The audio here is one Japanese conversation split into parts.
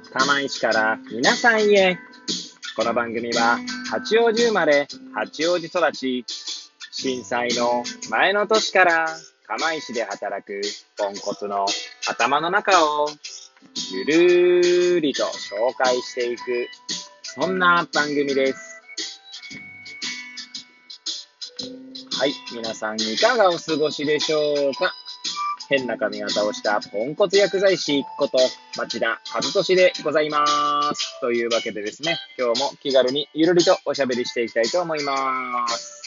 釜石から皆さんへ。この番組は八王子生まれ、八王子育ち、震災の前の年から釜石で働くポンコツの頭の中をゆるーりと紹介していく、そんな番組です。はい、皆さんいかがお過ごしでしょうか。変な髪型をしたポンコツ薬剤師こと町田和俊でございます。というわけでですね、今日も気軽にゆるりとおしゃべりしていきたいと思います。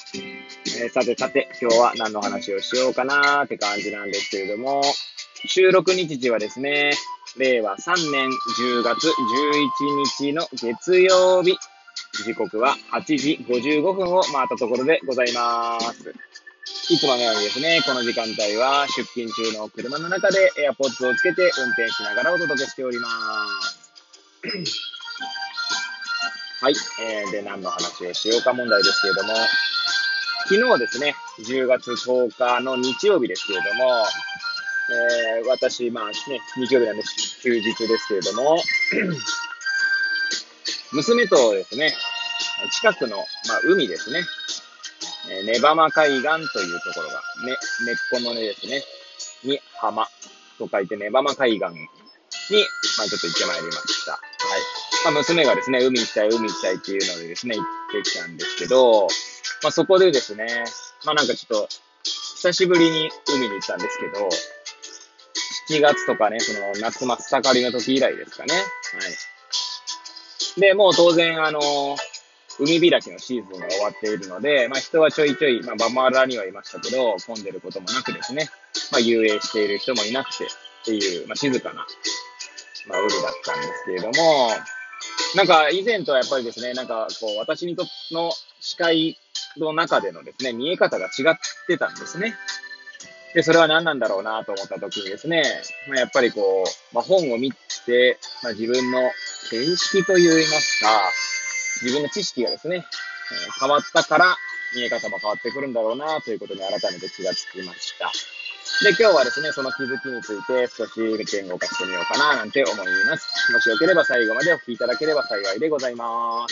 さて、今日は何の話をしようかなーって感じなんですけれども、収録日時はですね、令和3年10月11日の月曜日、時刻は8時55分を回ったところでございます。いつものようにですね、この時間帯は出勤中の車の中で AirPods をつけて運転しながらお届けしております。はい、で、何の話をしようか問題ですけれども、昨日ですね、10月10日の日曜日ですけれども、私、日曜日なんで休日ですけれども、娘とですね、近くの、海ですね、根浜海岸というところが、根っこの根ですね、に浜と書いて根浜海岸に、ちょっと行ってまいりました。はい。娘がですね、海行きたいっていうのでですね、行ってきたんですけど、そこでですね、ちょっと、久しぶりに海に行ったんですけど、7月とかね、その夏真っ盛りの時以来ですかね。はい。で、もう当然、海開きのシーズンが終わっているので、人はちょいちょい、バマラにはいましたけど、混んでることもなくですね、遊泳している人もいなくてっていう、静かな、海だったんですけれども、以前とはやっぱりですね、私にとの視界の中でのですね、見え方が違ってたんですね。で、それは何なんだろうなと思った時にですね、やっぱり本を見て、自分の見識といいますか、自分の知識がですね、変わったから見え方も変わってくるんだろうなということに改めて気がつきました。で、今日はですね、その気づきについて少し言語化してみようかななんて思います。もしよければ最後までお聞きいただければ幸いでございます。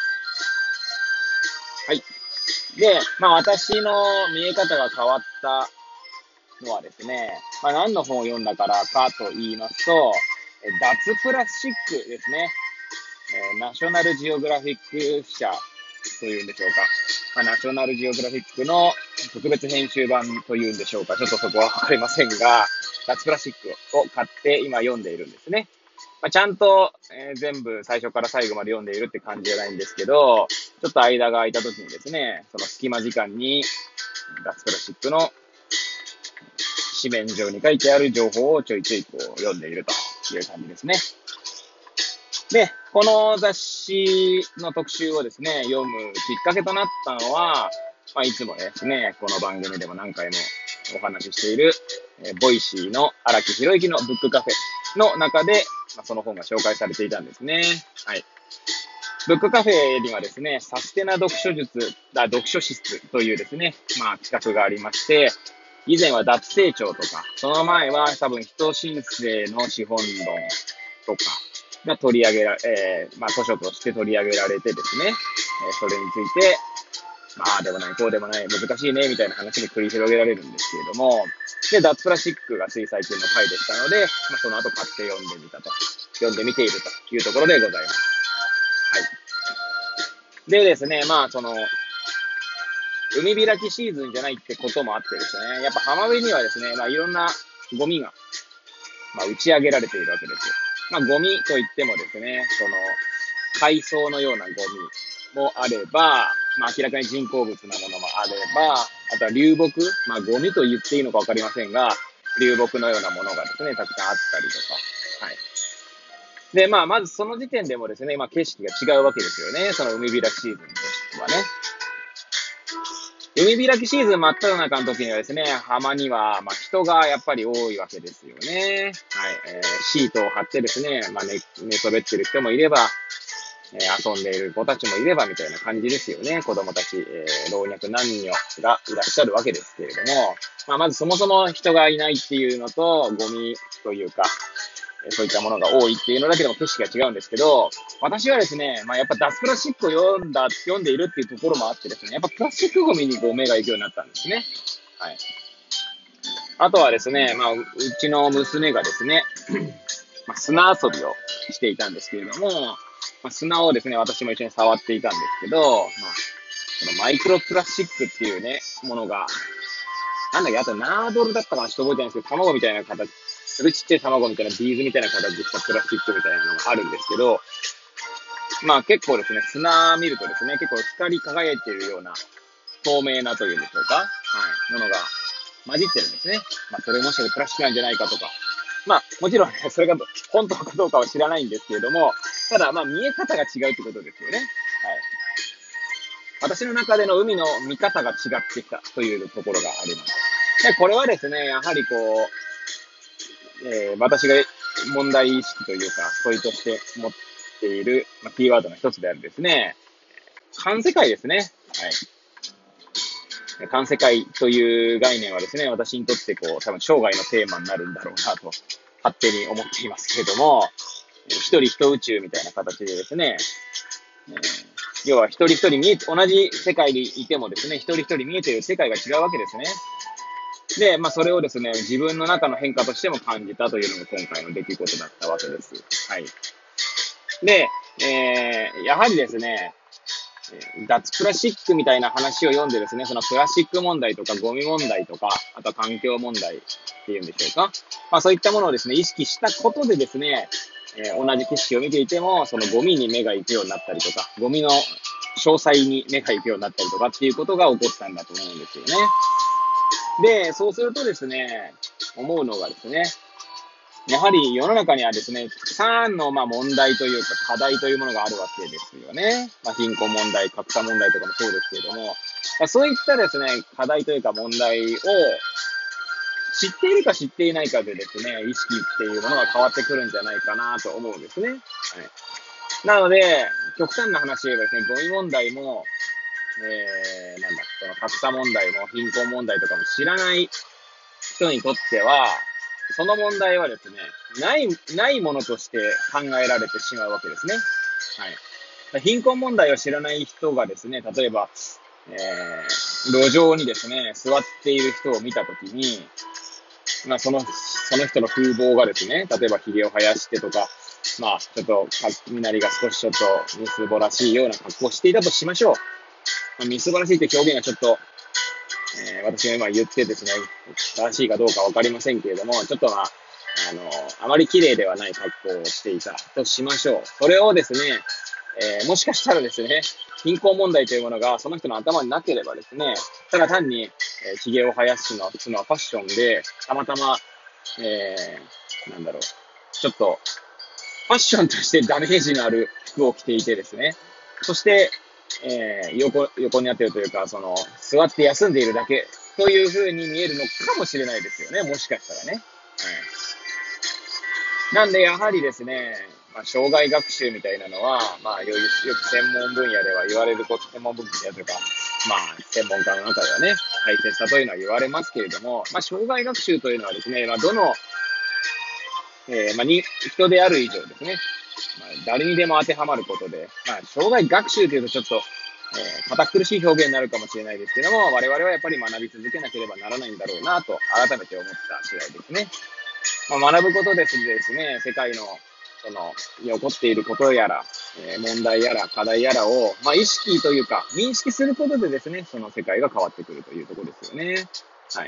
はい。で、私の見え方が変わったのはですね、何の本を読んだからかと言いますと、脱プラスチックですね。ナショナルジオグラフィック社というんでしょうか。ナショナルジオグラフィックの特別編集版というんでしょうか。ちょっとそこはわかりませんが、脱プラスチックを買って今読んでいるんですね。ちゃんと、全部最初から最後まで読んでいるって感じじゃないんですけど、ちょっと間が空いた時にですね、その隙間時間に脱プラスチックの紙面上に書いてある情報をちょいちょい読んでいるという感じですね。で、この雑誌の特集をですね、読むきっかけとなったのは、いつもですね、この番組でも何回もお話ししている、ボイシーの荒木博之のブックカフェの中で、その本が紹介されていたんですね。はい。ブックカフェにはですね、サステナ読書室というですね、企画がありまして、以前は脱成長とか、その前は多分人申請の資本論とかが取り上げられ、図書として取り上げられてですね、それについて、でもない、こうでもない、難しいね、みたいな話に繰り広げられるんですけれども、で、脱プラスチックがつい最近の回でしたので、その後買って読んでみているというところでございます。はい。でですね、海開きシーズンじゃないってこともあってですね、やっぱ浜辺にはですね、いろんなゴミが、打ち上げられているわけですよ。ゴミといってもですね、海藻のようなゴミもあれば、明らかに人工物なものもあれば、あとは流木、ゴミと言っていいのかわかりませんが、流木のようなものがですね、たくさんあったりとか、はい。で、まずその時点でもですね、景色が違うわけですよね。その海開きシーズンとしてはね。海開きシーズン真っ只中の時にはですね、浜には、人がやっぱり多いわけですよね。はい。シートを張ってですね、寝そべってる人もいれば、遊んでいる子たちもいればみたいな感じですよね。子供たち、老若男女がいらっしゃるわけですけれども、まずそもそも人がいないっていうのと、ゴミというか、 そういったものが多いっていうのだけでも景色が違うんですけど、私はですね、やっぱ脱プラスチックを読んでいるっていうところもあってですね、やっぱプラスチックゴミに目が行くようになったんですね。はい。あとはですね、うちの娘がですね、砂遊びをしていたんですけれども、砂をですね、私も一緒に触っていたんですけど、そのマイクロプラスチックっていうね、ものが、なんだっけ、あとナードルだったかな、ちょっと覚えてないんですけど、卵みたいな形、するちっちゃい卵みたいなビーズみたいな形したプラスチックみたいなのがあるんですけど、結構ですね、砂見るとですね、結構光り輝いているような透明なというんでしょうか、はい、ものが混じってるんですね。それもしかしてプラスチックなんじゃないかとか。もちろんね、それが本当かどうかは知らないんですけれども、ただ、見え方が違うってことですよね。はい。私の中での海の見方が違ってきたというところがあります。で、これはですね、やはり私が問題意識というか、問いとして持っている、キーワードの一つであるですね、環世界ですね。はい。環世界という概念はですね、私にとって多分生涯のテーマになるんだろうなと、勝手に思っていますけれども、一人一宇宙みたいな形でですね、要は一人一人同じ世界にいてもですね、一人一人見えている世界が違うわけですね。で、それをですね、自分の中の変化としても感じたというのが今回の出来事だったわけです。はい。で、やはりですね、脱プラスチックみたいな話を読んでですね、そのプラスチック問題とかゴミ問題とか、あとは環境問題っていうんでしょうか。そういったものをですね、意識したことでですね、同じ景色を見ていても、そのゴミに目が行くようになったりとか、ゴミの詳細に目が行くようになったりとかっていうことが起こったんだと思うんですよね。で、そうするとですね、思うのがですね、やはり世の中にはですね、たくさんの問題というか課題というものがあるわけですよね。貧困問題、格差問題とかもそうですけれども、そういったですね、課題というか問題を知っているか知っていないかでですね、意識っていうものが変わってくるんじゃないかなと思うんですね。はい。なので、極端な話で言えばですね、ゴミ問題も、その格差問題も貧困問題とかも知らない人にとっては、その問題はですね、ないものとして考えられてしまうわけですね。はい。貧困問題を知らない人がですね、例えば、路上にですね、座っている人を見たときに、その人の風貌がですね、例えば髭を生やしてとか、ちょっと、身なりが少しちょっとみすぼらしいような格好をしていたとしましょう。みすぼらしいという表現がちょっと、私が今言ってですね、正しいかどうかわかりませんけれども、ちょっとあまり綺麗ではない格好をしていたとしましょう。それをですね、もしかしたらですね、貧困問題というものがその人の頭になければですね、ただ単に、髭を生やすのはファッションで、たまたま、ちょっと、ファッションとしてダメージのある服を着ていてですね、そして、横になっているというか、座って休んでいるだけという風に見えるのかもしれないですよね、もしかしたらね。はい。なんで、やはりですね、障害学習みたいなのは、よく専門分野では言われること、専門分野というか、専門家の中ではね、大切さというのは言われますけれども、障害学習というのはですね、どの、人である以上ですね、誰にでも当てはまることで、障害学習というとちょっと、堅苦しい表現になるかもしれないですけども、我々はやっぱり学び続けなければならないんだろうなと、改めて思った次第ですね。学ぶことですね、世界の、起こっていることやら、問題やら、課題やらを、意識というか、認識することでですね、その世界が変わってくるというところですよね。はい。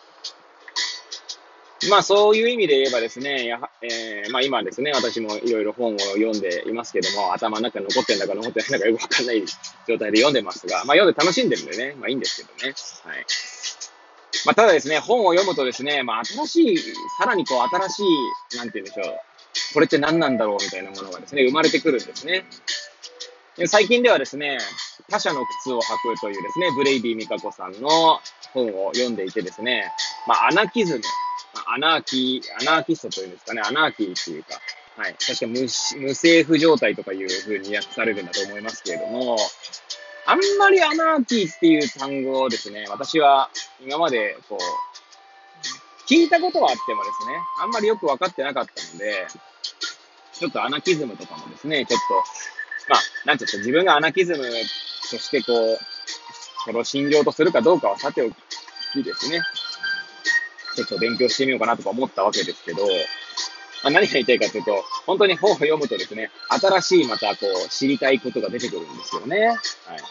そういう意味で言えばですね、今ですね、私もいろいろ本を読んでいますけども、頭の中に残ってんだか残ってないんだかよくわかんない状態で読んでますが、読んで楽しんでるんでね、いいんですけどね。はい。ただですね、本を読むとですね、さらに新しい、なんて言うんでしょう、これって何なんだろうみたいなものがですね、生まれてくるんですね。最近ではですね、他者の靴を履くというですね、ブレイディ・ミカコさんの本を読んでいてですね、アナキズム、アナーキストというんですかね、アナーキーっていうか、はい。確か無政府状態とかいう風に訳されるんだと思いますけれども、あんまりアナーキーっていう単語をですね、私は今まで聞いたことはあってもですね、あんまりよくわかってなかったので、ちょっとアナキズムとかもですね、ちょっと、なんていうか、自分がアナキズムとしてそれを信条とするかどうかはさておきですね、ちょっと勉強してみようかなとか思ったわけですけど、何が言いたいかというと、本当に本を読むとですね、新しいまた知りたいことが出てくるんですよね。はい。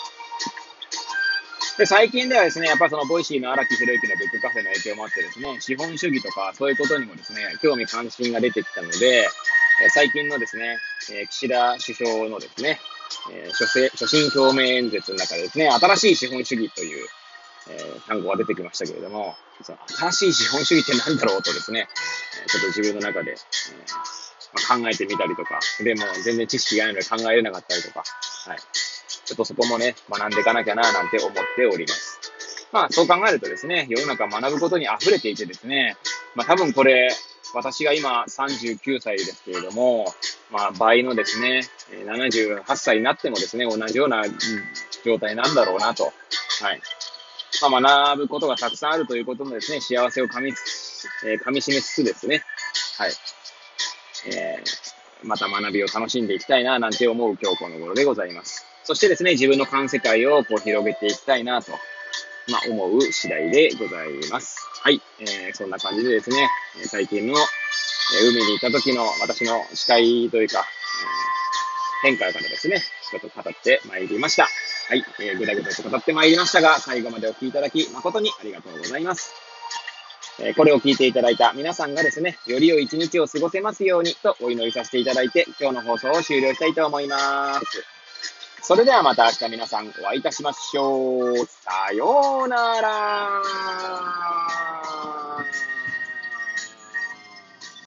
で、最近ではですね、やっぱりそのボイシーの荒木宏之のブックカフェの影響もあってですね、資本主義とかそういうことにもですね、興味関心が出てきたので、最近のですね、岸田首相のですね、所信表明演説の中でですね、新しい資本主義という、単語が出てきましたけれども、その新しい資本主義って何だろうとですね、ちょっと自分の中で、考えてみたりとか、でも全然知識がないので考えれなかったりとか、はい。ちょっとそこもね、学んでいかなきゃななんて思っております。そう考えるとですね、世の中学ぶことに溢れていてですね、多分これ、私が今39歳ですけれども、倍のですね、78歳になってもですね、同じような状態なんだろうなと。はい。学ぶことがたくさんあるということもですね、幸せを噛み締めつつですね、はい。また学びを楽しんでいきたいななんて思う今日この頃でございます。そしてですね、自分の観世界を広げていきたいなと、思う次第でございます。はい。そんな感じでですね、最近の、海に行った時の私の視界というか、変化からですね、ちょっと語ってまいりました。はい。ぐだぐだと語ってまいりましたが、最後までお聞きいただき誠にありがとうございます。これを聞いていただいた皆さんがですね、より良い一日を過ごせますようにとお祈りさせていただいて、今日の放送を終了したいと思います。それではまた明日皆さんお会いいたしましょう。さようなら。